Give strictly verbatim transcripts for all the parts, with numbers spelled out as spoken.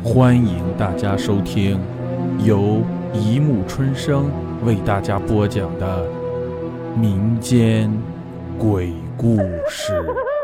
欢迎大家收听由一木春生为大家播讲的民间鬼故事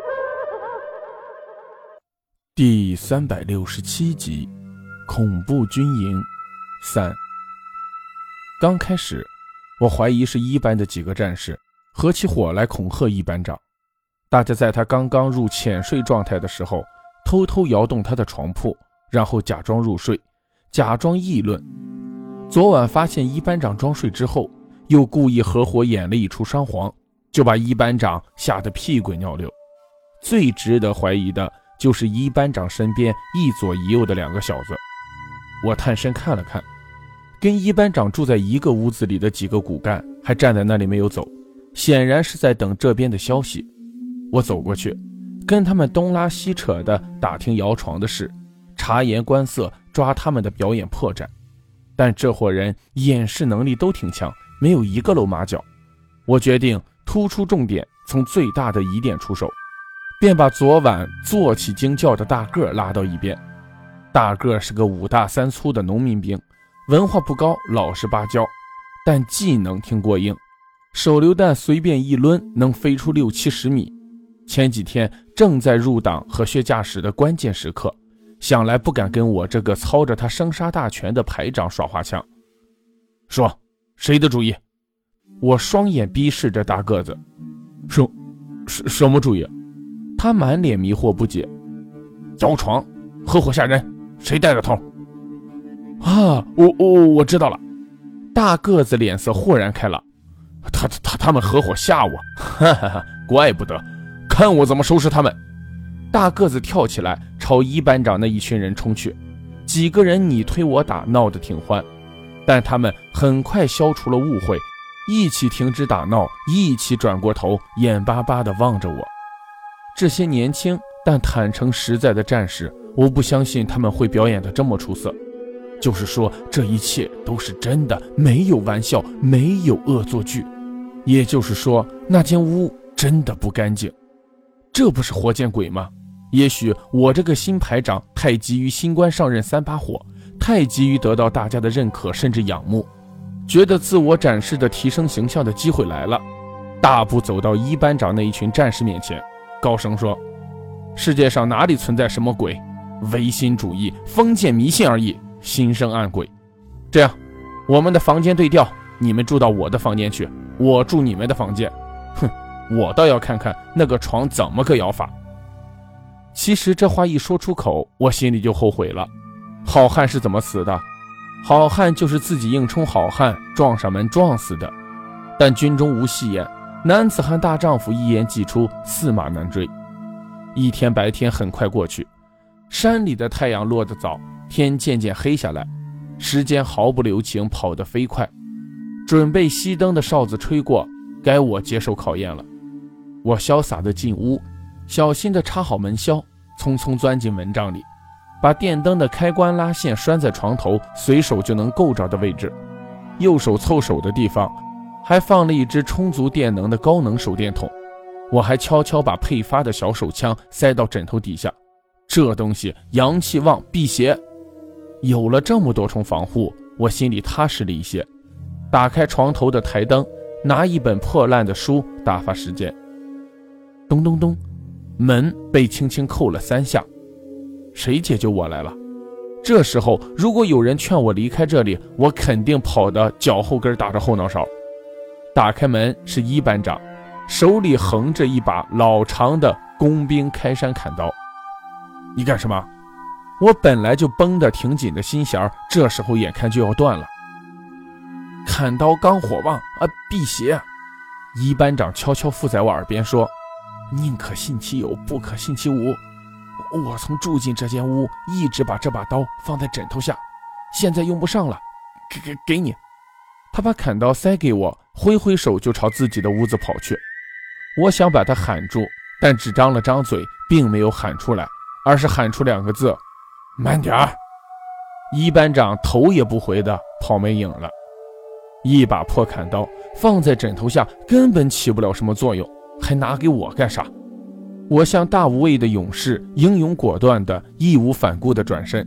第三百六十七集，恐怖军营三。刚开始我怀疑是一班的几个战士合起伙来恐吓一班长，大家在他刚刚入浅睡状态的时候偷偷摇动他的床铺，然后假装入睡，假装议论。昨晚发现一班长装睡之后，又故意合伙演了一出双簧，就把一班长吓得屁滚尿流。最值得怀疑的就是一班长身边一左一右的两个小子。我探身看了看，跟一班长住在一个屋子里的几个骨干还站在那里没有走，显然是在等这边的消息。我走过去跟他们东拉西扯的打听摇床的事，察言观色，抓他们的表演破绽。但这伙人掩饰能力都挺强，没有一个露马脚。我决定突出重点，从最大的疑点出手，便把昨晚做起惊叫的大个拉到一边。大个是个五大三粗的农民兵，文化不高，老实巴交，但技能挺过硬，手榴弹随便一抡能飞出六七十米。前几天正在入党和学驾驶的关键时刻，想来不敢跟我这个操着他生杀大权的排长耍花枪。说，谁的主意？我双眼逼视着大个子。什什什么主意？他满脸迷惑不解。摇床，合伙吓人，谁带的头？啊，我我我知道了。大个子脸色豁然开朗。他他他们合伙吓我，哈哈哈，怪不得，看我怎么收拾他们。大个子跳起来朝一班长那一群人冲去，几个人你推我打，闹得挺欢，但他们很快消除了误会，一起停止打闹，一起转过头，眼巴巴地望着我。这些年轻但坦诚实在的战士，我不相信他们会表演得这么出色。就是说，这一切都是真的，没有玩笑，没有恶作剧。也就是说，那间屋真的不干净。这不是活见鬼吗？也许我这个新排长太急于新官上任三把火，太急于得到大家的认可甚至仰慕，觉得自我展示的提升形象的机会来了，大步走到一班长那一群战士面前，高声说：世界上哪里存在什么鬼，唯心主义、封建迷信而已，心生暗鬼。这样，我们的房间对调，你们住到我的房间去，我住你们的房间。哼，我倒要看看那个床怎么个摇法。其实这话一说出口，我心里就后悔了。好汉是怎么死的？好汉就是自己硬冲好汉，撞上门撞死的。但军中无戏言，男子汉大丈夫一言既出，驷马难追。一天白天很快过去，山里的太阳落得早，天渐渐黑下来，时间毫不留情，跑得飞快。准备熄灯的哨子吹过，该我接受考验了。我潇洒地进屋，小心地插好门销，匆匆钻进蚊帐里，把电灯的开关拉线拴在床头随手就能够着的位置。右手凑手的地方还放了一只充足电能的高能手电筒。我还悄悄把配发的小手枪塞到枕头底下，这东西阳气旺，辟邪。有了这么多重防护，我心里踏实了一些。打开床头的台灯，拿一本破烂的书打发时间。咚咚咚，门被轻轻扣了三下。谁解救我来了？这时候如果有人劝我离开这里，我肯定跑得脚后跟打着后脑勺。打开门是一班长，手里横着一把老长的工兵开山砍刀。你干什么？我本来就绷得挺紧的心弦，这时候眼看就要断了。砍刀刚火旺啊，辟邪。一班长悄悄附在我耳边说：宁可信其有，不可信其无。我从住进这间屋，一直把这把刀放在枕头下，现在用不上了，给给给你。他把砍刀塞给我，挥挥手就朝自己的屋子跑去。我想把他喊住，但只张了张嘴，并没有喊出来，而是喊出两个字：慢点儿。一班长头也不回的跑没影了。一把破砍刀放在枕头下根本起不了什么作用，还拿给我干啥？我像大无畏的勇士，英勇果断的义无反顾的转身，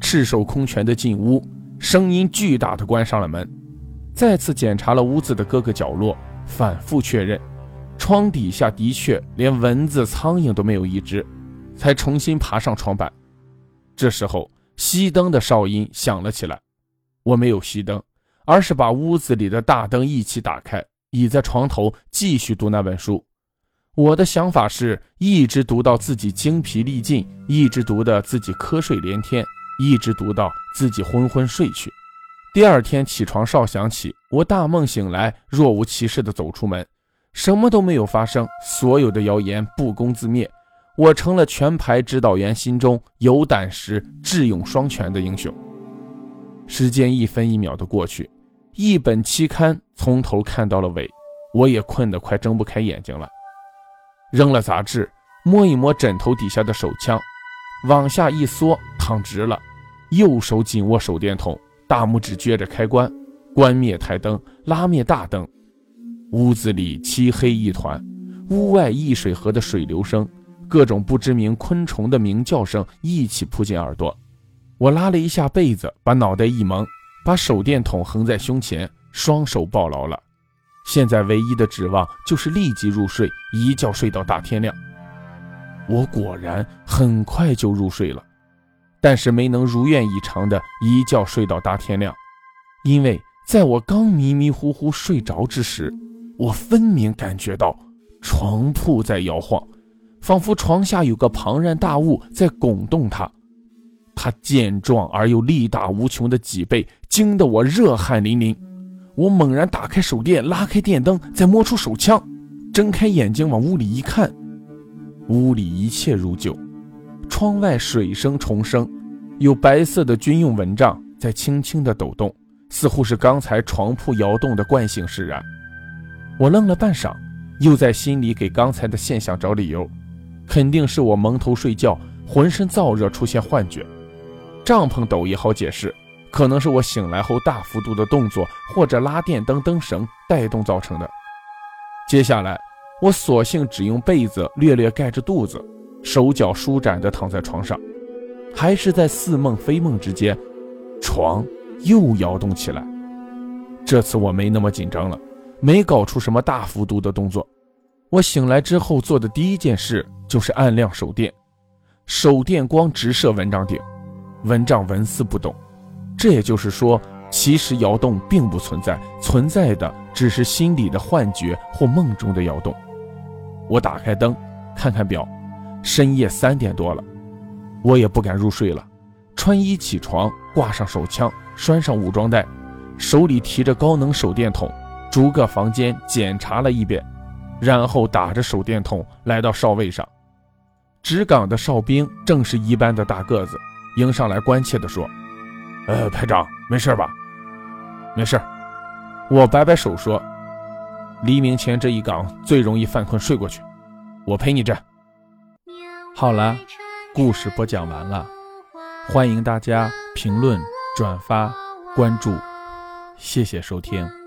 赤手空拳的进屋，声音巨大的关上了门，再次检查了屋子的各个角落，反复确认窗底下的确连蚊子苍蝇都没有一只，才重新爬上床板。这时候熄灯的哨音响了起来，我没有熄灯，而是把屋子里的大灯一起打开，倚在床头继续读那本书。我的想法是一直读到自己精疲力尽，一直读到自己瞌睡连天，一直读到自己昏昏睡去。第二天起床哨响起，我大梦醒来，若无其事地走出门，什么都没有发生，所有的谣言不攻自灭，我成了全排指导员心中有胆识、智勇双全的英雄。时间一分一秒地过去，一本期刊从头看到了尾，我也困得快睁不开眼睛了。扔了杂志，摸一摸枕头底下的手枪，往下一缩，躺直了，右手紧握手电筒，大拇指撅着开关，关灭台灯，拉灭大灯。屋子里漆黑一团，屋外易水河的水流声，各种不知名昆虫的鸣叫声一起扑进耳朵。我拉了一下被子，把脑袋一蒙，把手电筒横在胸前，双手抱牢了。现在唯一的指望就是立即入睡，一觉睡到大天亮。我果然很快就入睡了，但是没能如愿以偿的一觉睡到大天亮，因为在我刚迷迷糊糊睡着之时，我分明感觉到床铺在摇晃，仿佛床下有个庞然大物在拱动它。它健壮而又力大无穷的脊背惊得我热汗淋淋。我猛然打开手电，拉开电灯，再摸出手枪，睁开眼睛往屋里一看，屋里一切如旧，窗外水声虫声，有白色的军用蚊帐在轻轻地抖动，似乎是刚才床铺摇动的惯性使然。我愣了半晌，又在心里给刚才的现象找理由，肯定是我蒙头睡觉，浑身燥热出现幻觉。帐篷抖也好解释，可能是我醒来后大幅度的动作或者拉电灯灯绳带动造成的。接下来我索性只用被子略略盖着肚子，手脚舒展地躺在床上。还是在似梦非梦之间，床又摇动起来。这次我没那么紧张了，没搞出什么大幅度的动作。我醒来之后做的第一件事就是按亮手电，手电光直射蚊帐顶，蚊帐纹丝不动。这也就是说，其实摇动并不存在，存在的只是心里的幻觉或梦中的摇动。我打开灯，看看表，深夜三点多了。我也不敢入睡了，穿衣起床，挂上手枪，拴上武装带，手里提着高能手电筒，逐个房间检查了一遍，然后打着手电筒来到哨位上。值岗的哨兵正是一般的大个子，迎上来关切地说：呃，排长，没事吧？没事。我摆摆手说：黎明前这一岗最容易犯困睡过去，我陪你站。好了，故事播讲完了，欢迎大家评论、转发、关注，谢谢收听。